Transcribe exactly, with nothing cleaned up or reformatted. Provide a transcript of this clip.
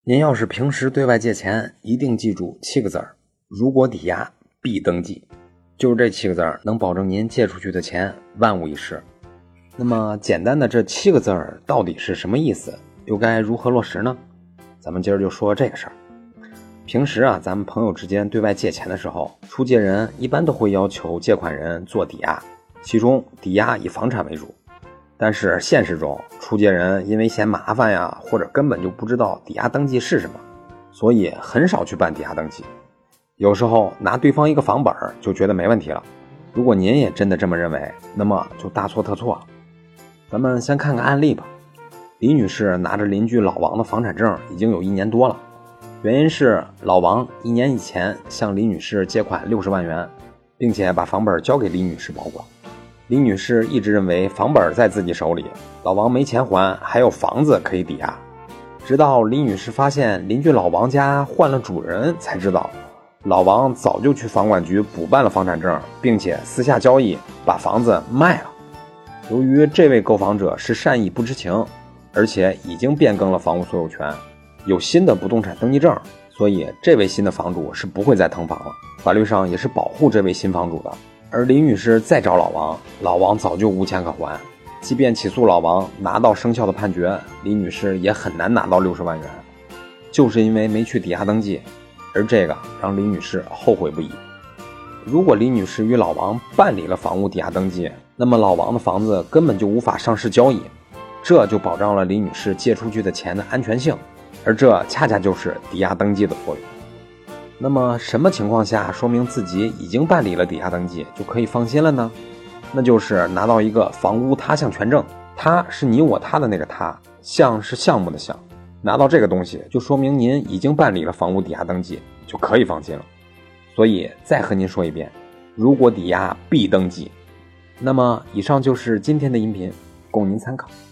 您要是平时对外借钱，一定记住七个字儿：如果抵押，必登记。就是这七个字儿，能保证您借出去的钱万无一失。那么简单的这七个字儿到底是什么意思，又该如何落实呢？咱们今儿就说这个事儿。平时啊，咱们朋友之间对外借钱的时候，出借人一般都会要求借款人做抵押，其中抵押以房产为主。但是现实中，出借人因为嫌麻烦呀，或者根本就不知道抵押登记是什么，所以很少去办抵押登记。有时候拿对方一个房本就觉得没问题了。如果您也真的这么认为，那么就大错特错了。咱们先看个案例吧。李女士拿着邻居老王的房产证已经有一年多了，原因是老王一年以前向李女士借款六十万元，并且把房本交给李女士保管。李女士一直认为房本在自己手里，老王没钱还，还有房子可以抵押。直到李女士发现邻居老王家换了主人，才知道老王早就去房管局补办了房产证，并且私下交易把房子卖了。由于这位购房者是善意不知情，而且已经变更了房屋所有权，有新的不动产登记证，所以这位新的房主是不会再腾房了，法律上也是保护这位新房主的。而李女士再找老王，老王早就无钱可还，即便起诉老王拿到生效的判决，李女士也很难拿到六十万元，就是因为没去抵押登记，而这个让李女士后悔不已。如果李女士与老王办理了房屋抵押登记，那么老王的房子根本就无法上市交易，这就保障了李女士借出去的钱的安全性，而这恰恰就是抵押登记的作用。那么什么情况下说明自己已经办理了抵押登记就可以放心了呢？那就是拿到一个房屋他项权证，他是你我他的那个他，项是项目的项，拿到这个东西就说明您已经办理了房屋抵押登记，就可以放心了。所以再和您说一遍，如果抵押必登记。那么以上就是今天的音频，供您参考。